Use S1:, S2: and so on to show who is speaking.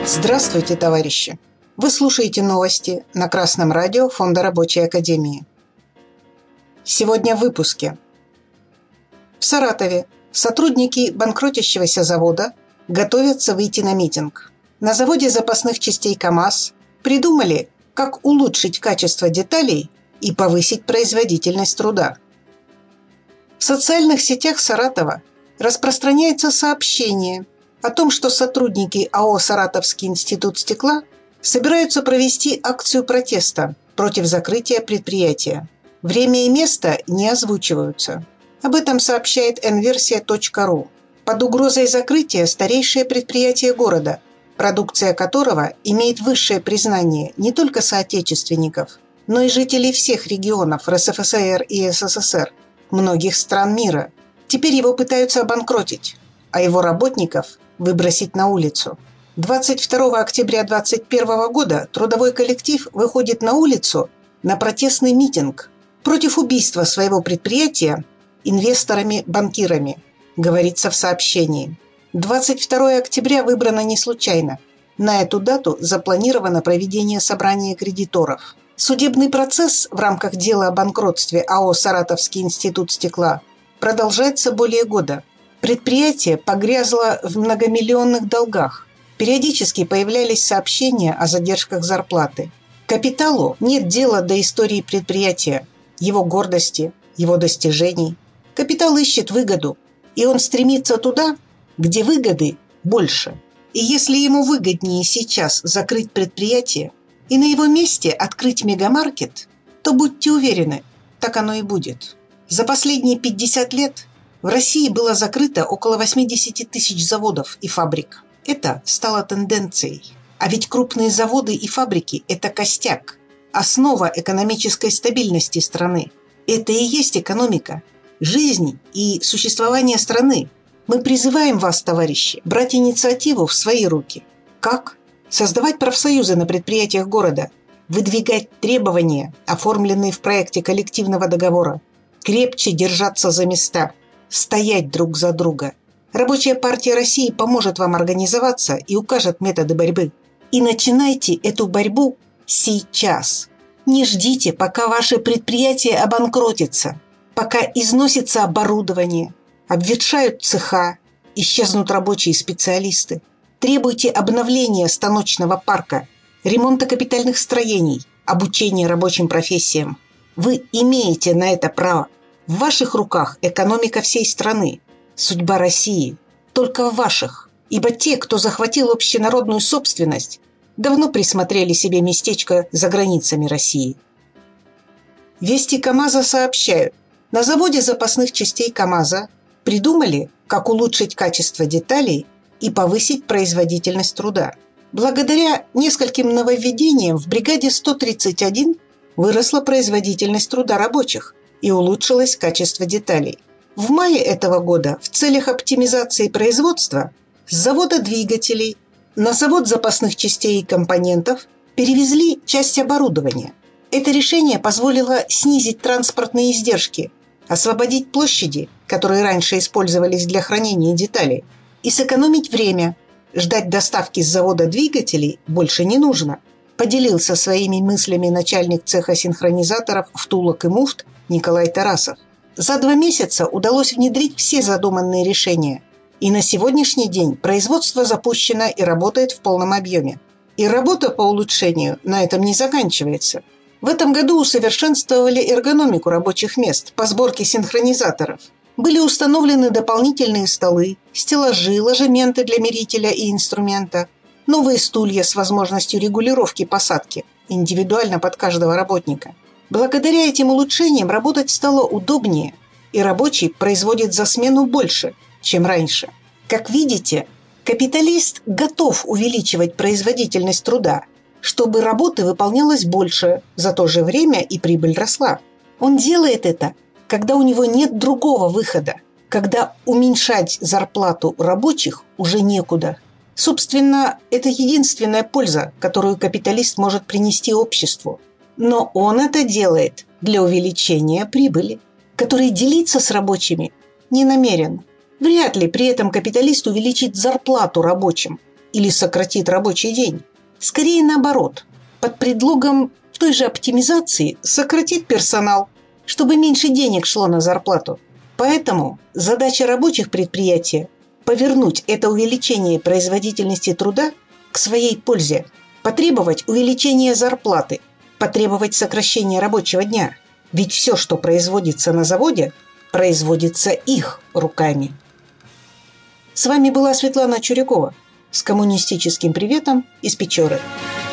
S1: Здравствуйте, товарищи! Вы слушаете новости на Красном радио Фонда Рабочей Академии. Сегодня в выпуске. В Саратове сотрудники банкротящегося завода готовятся выйти на митинг. На заводе запасных частей КАМАЗ придумали, как улучшить качество деталей и повысить производительность труда. В социальных сетях Саратова распространяется сообщение о том, что сотрудники АО «Саратовский институт стекла» собираются провести акцию протеста против закрытия предприятия. Время и место не озвучиваются. Об этом сообщает nversia.ru. Под угрозой закрытия старейшее предприятие города, продукция которого имеет высшее признание не только соотечественников, но и жителей всех регионов РСФСР и СССР, многих стран мира. Теперь его пытаются обанкротить, а его работников выбросить на улицу. 22 октября 2021 года трудовой коллектив выходит на улицу на протестный митинг против убийства своего предприятия инвесторами-банкирами, говорится в сообщении. 22 октября выбрано не случайно. На эту дату запланировано проведение собрания кредиторов. Судебный процесс в рамках дела о банкротстве АО «Саратовский институт стекла» продолжается более года. Предприятие погрязло в многомиллионных долгах. Периодически появлялись сообщения о задержках зарплаты. Капиталу нет дела до истории предприятия, его гордости, его достижений. Капитал ищет выгоду, и он стремится туда, где выгоды больше. И если ему выгоднее сейчас закрыть предприятие и на его месте открыть мегамаркет, то будьте уверены, так оно и будет. За последние 50 лет в России было закрыто около 80 тысяч заводов и фабрик. Это стало тенденцией. А ведь крупные заводы и фабрики – это костяк, основа экономической стабильности страны. Это и есть экономика, жизнь и существование страны. Мы призываем вас, товарищи, брать инициативу в свои руки. Как? Создавать профсоюзы на предприятиях города, выдвигать требования, оформленные в проекте коллективного договора, крепче держаться за места, стоять друг за друга. Рабочая партия России поможет вам организоваться и укажет методы борьбы. И начинайте эту борьбу сейчас. Не ждите, пока ваше предприятие обанкротится, пока износится оборудование, обветшают цеха, исчезнут рабочие специалисты. Требуйте обновления станочного парка, ремонта капитальных строений, обучения рабочим профессиям. Вы имеете на это право. В ваших руках экономика всей страны, судьба России только в ваших, ибо те, кто захватил общенародную собственность, давно присмотрели себе местечко за границами России. Вести КАМАЗа сообщают, на заводе запасных частей КАМАЗа придумали, как улучшить качество деталей и повысить производительность труда. Благодаря нескольким нововведениям в бригаде 131 выросла производительность труда рабочих и улучшилось качество деталей. В мае этого года в целях оптимизации производства с завода двигателей на завод запасных частей и компонентов перевезли часть оборудования. Это решение позволило снизить транспортные издержки, освободить площади, которые раньше использовались для хранения деталей, и сэкономить время. Ждать доставки с завода двигателей больше не нужно, поделился своими мыслями начальник цеха синхронизаторов втулок и муфт Николай Тарасов. За 2 месяца удалось внедрить все задуманные решения. И на сегодняшний день производство запущено и работает в полном объеме. И работа по улучшению на этом не заканчивается. В этом году усовершенствовали эргономику рабочих мест по сборке синхронизаторов. Были установлены дополнительные столы, стеллажи, ложементы для мерителя и инструмента, новые стулья с возможностью регулировки посадки, индивидуально под каждого работника. Благодаря этим улучшениям работать стало удобнее, и рабочий производит за смену больше, чем раньше. Как видите, капиталист готов увеличивать производительность труда, чтобы работы выполнялось больше, за то же время и прибыль росла. Он делает это, когда у него нет другого выхода, когда уменьшать зарплату рабочих уже некуда. Собственно, это единственная польза, которую капиталист может принести обществу. Но он это делает для увеличения прибыли, который делиться с рабочими не намерен. Вряд ли при этом капиталист увеличит зарплату рабочим. или сократит рабочий день. Скорее наоборот, под предлогом той же оптимизации сократит персонал, чтобы меньше денег шло на зарплату. Поэтому задача рабочих предприятия – повернуть это увеличение производительности труда к своей пользе, потребовать увеличения зарплаты, потребовать сокращения рабочего дня. Ведь все, что производится на заводе, производится их руками. С вами была Светлана Чурякова с коммунистическим приветом из Печоры.